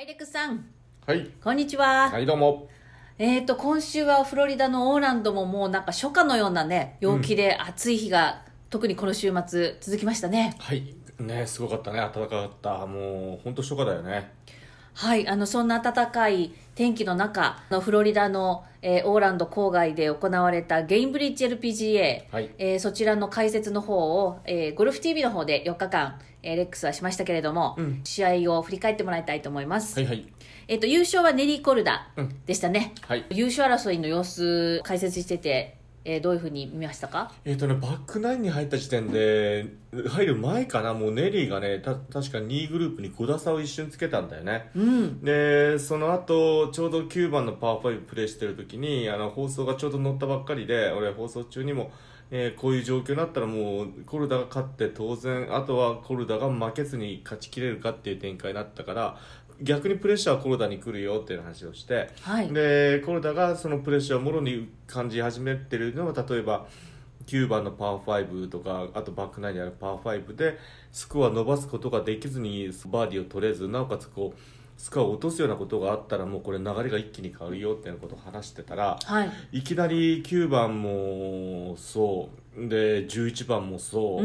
レックスさん、 はい。 こんにちは。 はい、どうも。 今週はフロリダのオーランドももうなんか初夏のようなね、陽気で暑い日が、特にこの週末続きましたね。 はい。ね、すごかったね。暖かかった。もう、ほんと初夏だよね。 はい、そんな暖かい天気の中、フロリダの、オーランド郊外で行われたゲインブリッジ LPGA、 はいそちらの解説の方を、ゴルフ TV の方で4日間、レックスはしましたけれども、試合を振り返ってもらいたいと思います。 はいはい。 優勝はネリー・コルダでしたね。 はい。 優勝争いの様子解説してて、どういうふうに見ましたか？ バックナインに入った時点で、入る前かな、もうネリーがね、確か2位グループに5打差を一瞬つけたんだよね。で、その後、ちょうど9番のパー5プレイしてる時に、放送がちょうど乗ったばっかりで、俺放送中にも、こういう状況になったらもうコルダが勝って当然、あとはコルダが負けずに勝ちきれるかっていう展開になったから、逆にプレッシャーはコルダに来るよっていう話をして、 はい、 でコルダがそのプレッシャーをもろに感じ始めてるのは、例えば9番のパー5とか、あとバックナインにあるパー5でスコア伸ばすことができずにバーディーを取れず、なおかつこうスコアを落とすようなことがあったらもうこれ流れが一気に変わるよっていうことを話してたら、 はい、 いきなり9番もそうで11番もそう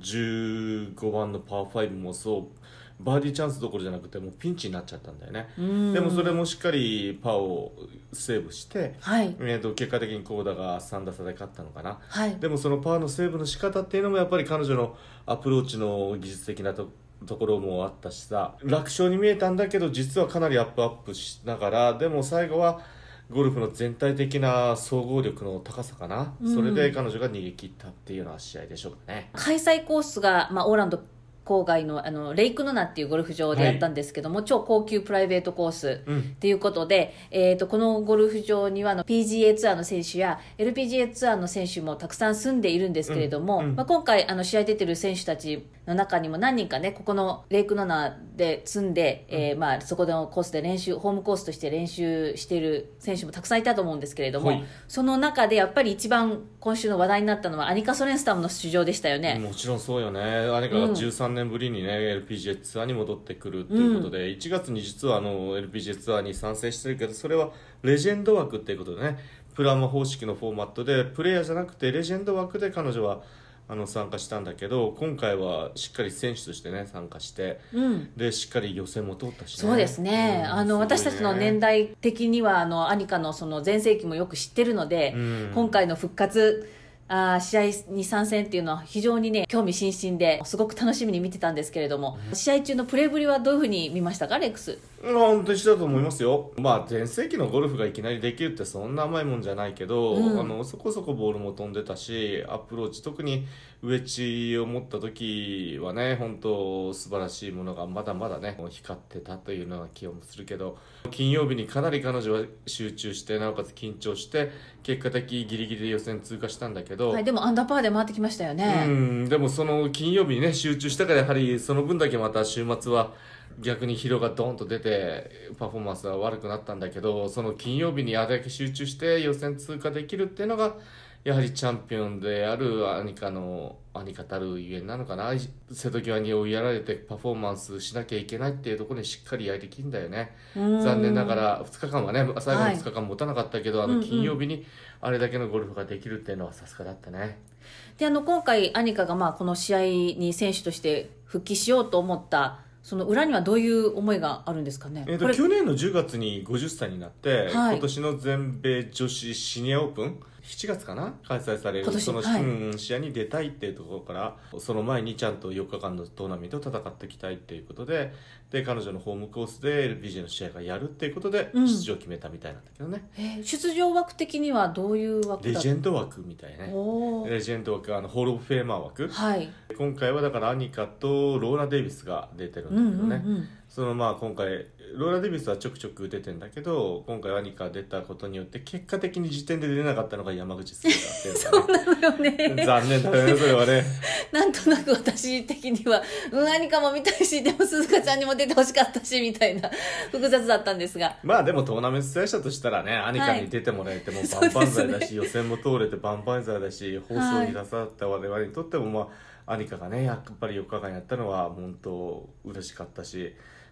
、15番のパー5もそうバーディーチャンスどころじゃなくてもうピンチになっちゃったんだよね。でもそれもしっかりパーをセーブして、 はい、 結果的にコーダが3打差で勝ったのかな、 はい、 でもそのパーのセーブの仕方っていうのもやっぱり彼女のアプローチの技術的なところもあったしさ、楽勝に見えたんだけど実はかなりアップしながら、でも最後はゴルフの全体的な総合力の高さかな、それで彼女が逃げ切ったっていうような試合でしょうかね。 開催コースが、オーランド郊外のレイクノナっていうゴルフ場でやったんですけども、はい、超高級プライベートコースっていうことで、このゴルフ場にはPGA ツアーの選手や LPGA ツアーの選手もたくさん住んでいるんですけれども、今回試合出てる選手たちの中にも何人かね、ここのレイクノナで住んで、そこのコースでホームコースとして練習している選手もたくさんいたと思うんですけれども、はい、その中でやっぱり一番今週の話題になったのはアニカ・ソレンスタムの出場でしたよね。 もちろんそうよね。アニカが13年ぶりにね、LPGA ツアーに戻ってくるということで、1月に実はLPGA ツアーに参戦してるけど、それはレジェンド枠っていうことでね、プラマ方式のフォーマットでプレイヤーじゃなくてレジェンド枠で彼女は参加したんだけど、今回はしっかり選手としてね参加して、でしっかり予選も通ったしね。 そうですね、私たちの年代的にはアニカのその全盛期もよく知ってるので、今回の復活試合に参戦っていうのは非常にね興味津々ですごく楽しみに見てたんですけれども、試合中のプレーぶりはどういうふうに見ましたか、レックス？ 本当にしたと思いますよ。全盛期のゴルフがいきなりできるってそんな甘いもんじゃないけど、そこそこボールも飛んでたし、アプローチ特にウェッジを持った時はね、本当素晴らしいものがまだまだね光ってたというような気もするけど、金曜日にかなり彼女は集中して、なおかつ緊張して結果的ギリギリで予選通過したんだけど、 はい、でもアンダーパーで回ってきましたよね。 でもその金曜日にね集中したからやはりその分だけまた週末は逆に疲労がドーンと出てパフォーマンスは悪くなったんだけど、その金曜日にあれだけ集中して予選通過できるっていうのがやはりチャンピオンであるアニカたるゆえんなのかな。瀬戸際に追いやられてパフォーマンスしなきゃいけないっていうところにしっかりやりきるんだよね。残念ながら2日間はね、最後の2日間持たなかったけど、金曜日にあれだけのゴルフができるっていうのはさすがだったね。 で今回アニカがこの試合に選手として復帰しようと思ったその裏にはどういう思いがあるんですかね。 去年の10月に50歳になって、 はい、 今年の全米女子シニアオープン7月かな開催されるその、試合に出たいっていうところから、その前にちゃんと4日間のトーナメントを戦っていきたいっていうことで、彼女のホームコースで LPGA の試合がやるっていうことで出場を決めたみたいなんだけどね。 出場枠的にはどういう枠だ？ レジェンド枠みたいね。レジェンド枠ホールオブフェーマー枠、 はい、 今回はだからアニカとローラ・デイビスが出てるんだけどね、その今回ローラ・デイビスはちょくちょく出てるんだけど、今回アニカ出たことによって結果的に時点で出なかったのが山口鈴鹿っていうそうなのよね。 残念だよねそれはね。 なんとなく私的にはアニカも見たいし、でも鈴鹿ちゃんにも出てほしかったしみたいな複雑だったんですが、 でもトーナメント主催者としたらね、アニカに出てもらえても万々歳だし、予選も通れて万々歳だし、放送に出さった我々にとってもアニカがねやっぱり4日間やったのは本当嬉しかったし、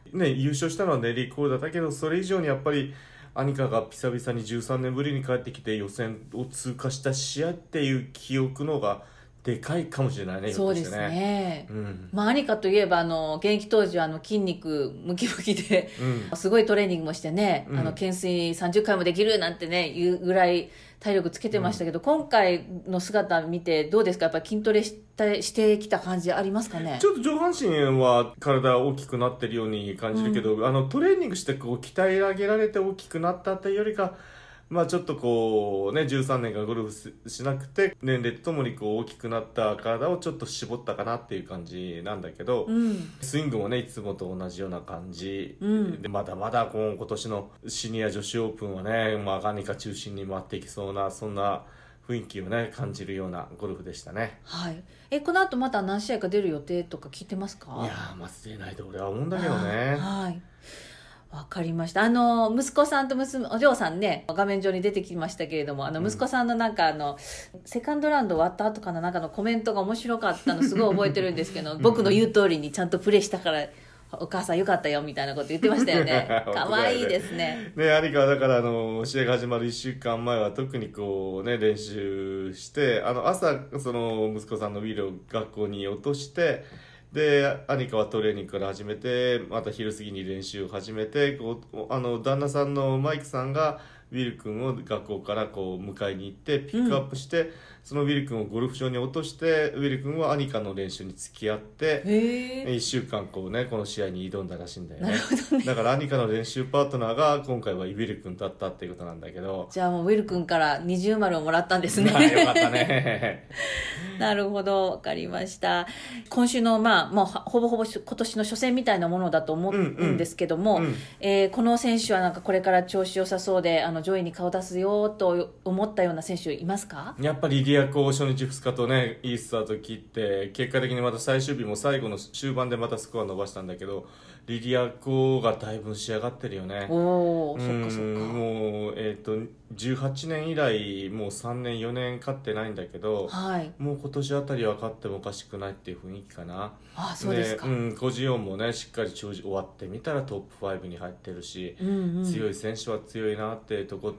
ね、優勝したのはネリー・コーダだけど、それ以上にやっぱりアニカが久々に13年ぶりに帰ってきて予選を通過した試合っていう記憶の方がでかいかもしれないね。 そうですね、アニカといえば現役当時は筋肉ムキムキで、すごいトレーニングもしてね、懸垂30回もできるなんてねいうぐらい体力つけてましたけど、今回の姿見てどうですか？やっぱり筋トレしてきた感じありますかね？ ちょっと上半身は体大きくなってるように感じるけど、トレーニングして鍛え上げられて大きくなったっていうよりか、ちょっと13年間ゴルフしなくて年齢とともに大きくなった体をちょっと絞ったかなっていう感じなんだけど、スイングもねいつもと同じような感じ、でまだまだ今年のシニア女子オープンはね、アニカ中心に回っていきそうな、そんな雰囲気をね感じるようなゴルフでしたね。 はい。この後また何試合か出る予定とか聞いてますか？ いや出ないと俺は思うんだけどね。 はい。わかりました。息子さんとお嬢さんね、画面上に出てきましたけれども、息子さんのセカンドラウンド終わった後かな、のコメントが面白かったのすごい覚えてるんですけど、僕の言う通りにちゃんとプレーしたから、お母さんよかったよみたいなこと言ってましたよね。かわいいですね。 アニカはだから試合が始まる1週間前は特に練習して、朝その息子さんのウィルを学校に落として、でアニカはトレーニングから始めて、また昼過ぎに練習を始めて、旦那さんのマイクさんがウィル君を学校から迎えに行ってピックアップして、そのウィル君をゴルフ場に落として、ウィル君はアニカの練習に付き合って1週間この試合に挑んだらしいんだよね。だからアニカの練習パートナーが今回はウィル君だったっていうことなんだけど、 じゃあもうウィル君から20丸をもらったんですね。 よかったね。 なるほど、わかりました。今週のもうほぼほぼ今年の初戦みたいなものだと思うんですけども、この選手はこれから調子良さそうで上位に顔出すよと思ったような選手いますか？ やっぱりリアコ初日2日とねいいスタート切って、結果的にまた最終日も最後の終盤でまたスコア伸ばしたんだけど、リディアコがだいぶ仕上がってるよね。 おー、そっかそっか。 もう18年以来もう3年4年勝ってないんだけど、もう今年あたりは勝ってもおかしくないっていう雰囲気かな。 あ、そうですか。 個人王もねしっかり終わってみたらトップ5に入ってるし、強い選手は強いなっていうとこと、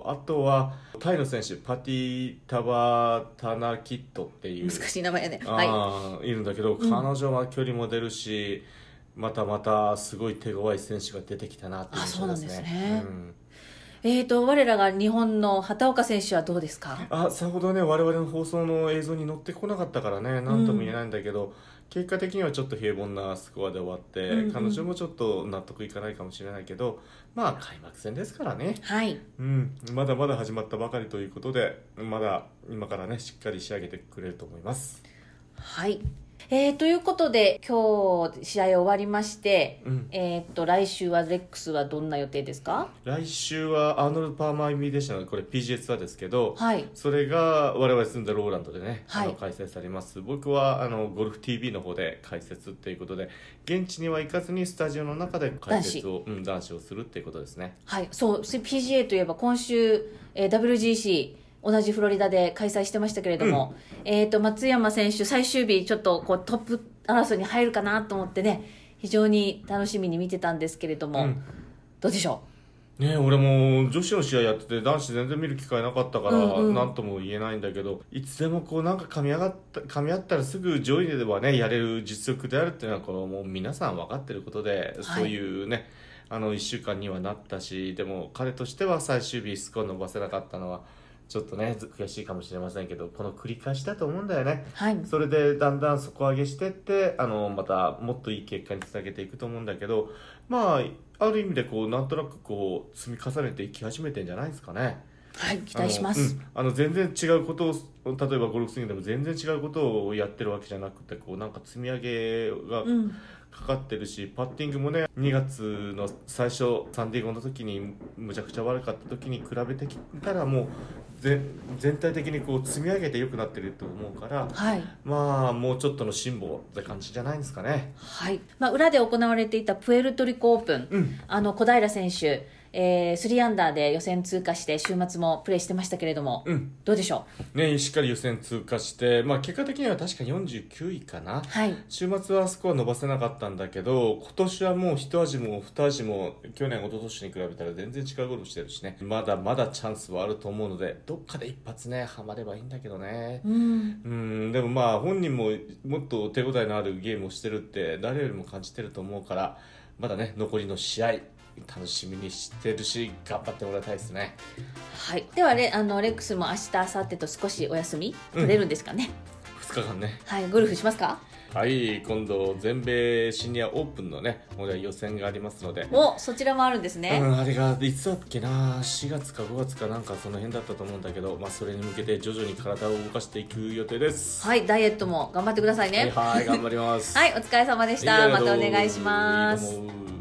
あとはタイの選手パティ・タバタナキットっていう難しい名前やね、 いるんだけど、彼女は距離も出るし、またすごい手強い選手が出てきたなっていう印象ですね。 そうなんですね。我らが日本の畑岡選手はどうですか？ さほどね我々の放送の映像に乗ってこなかったからね何とも言えないんだけど、結果的にはちょっと平凡なスコアで終わって、彼女もちょっと納得いかないかもしれないけど、開幕戦ですからね、まだまだ始まったばかりということで、まだ今からねしっかり仕上げてくれると思います。 はい。ということで今日試合終わりまして、来週はレックスはどんな予定ですか？ 来週はアーノルド・パーマー・インビテーショナル、これ PGA ツアーですけど、それが我々住んでるローランドでね、開催されます。僕はゴルフ TV の方で解説っていうことで、現地には行かずにスタジオの中で解説を男子をするっていうことですね。そう PGA といえば今週、WGC同じフロリダで開催してましたけれども、松山選手最終日ちょっとトップ争いに入るかなと思ってね、非常に楽しみに見てたんですけれども、どうでしょうね。俺も女子の試合やってて男子全然見る機会なかったから何とも言えないんだけど、いつでもなんか噛み合ったらすぐ上位ではねやれる実力であるっていうのはもう皆さん分かってることで、そういうね1週間にはなったし、でも彼としては最終日スコア伸ばせなかったのはちょっとね悔しいかもしれませんけど、この繰り返しだと思うんだよね。それでだんだん底上げしてってまたもっといい結果につなげていくと思うんだけど、ある意味でなんとなく積み重ねていき始めてんじゃないですかね。 期待します。 全然違うことを、例えばゴルフスイングでも全然違うことをやってるわけじゃなくて、なんか積み上げがかかってるし、パッティングもね2月の最初サンディエゴの時にむちゃくちゃ悪かった時に比べてきたらもう全体的に積み上げて良くなってると思うから、もうちょっとの辛抱って感じじゃないんですかね。 裏で行われていたプエルトリコオープン、小平選手 3アンダーで予選通過して週末もプレーしてましたけれども、どうでしょうね、しっかり予選通過して、結果的には確か49位かな、 はい、 週末はスコア伸ばせなかったんだけど、今年はもう一味も二味も去年一昨年に比べたら全然違うゴルフしてるしね、まだまだチャンスはあると思うので、どっかで一発ねハマればいいんだけどね。でも本人ももっと手応えのあるゲームをしてるって誰よりも感じてると思うから、まだね残りの試合楽しみにしてるし頑張ってもらいたいですね。 はい、ではレックスも明日明後日と少しお休み取れるんですかね。 2日間ね、 はい、ゴルフしますか。 はい、今度全米シニアオープンのね予選がありますので、 そちらもあるんですね。 あれがいつだっけな、4月か5月かなんかその辺だったと思うんだけど、それに向けて徐々に体を動かしていく予定です。 はい、ダイエットも頑張ってくださいね。 はい、頑張ります。 はい、お疲れ様でした。またお願いします。 どうも。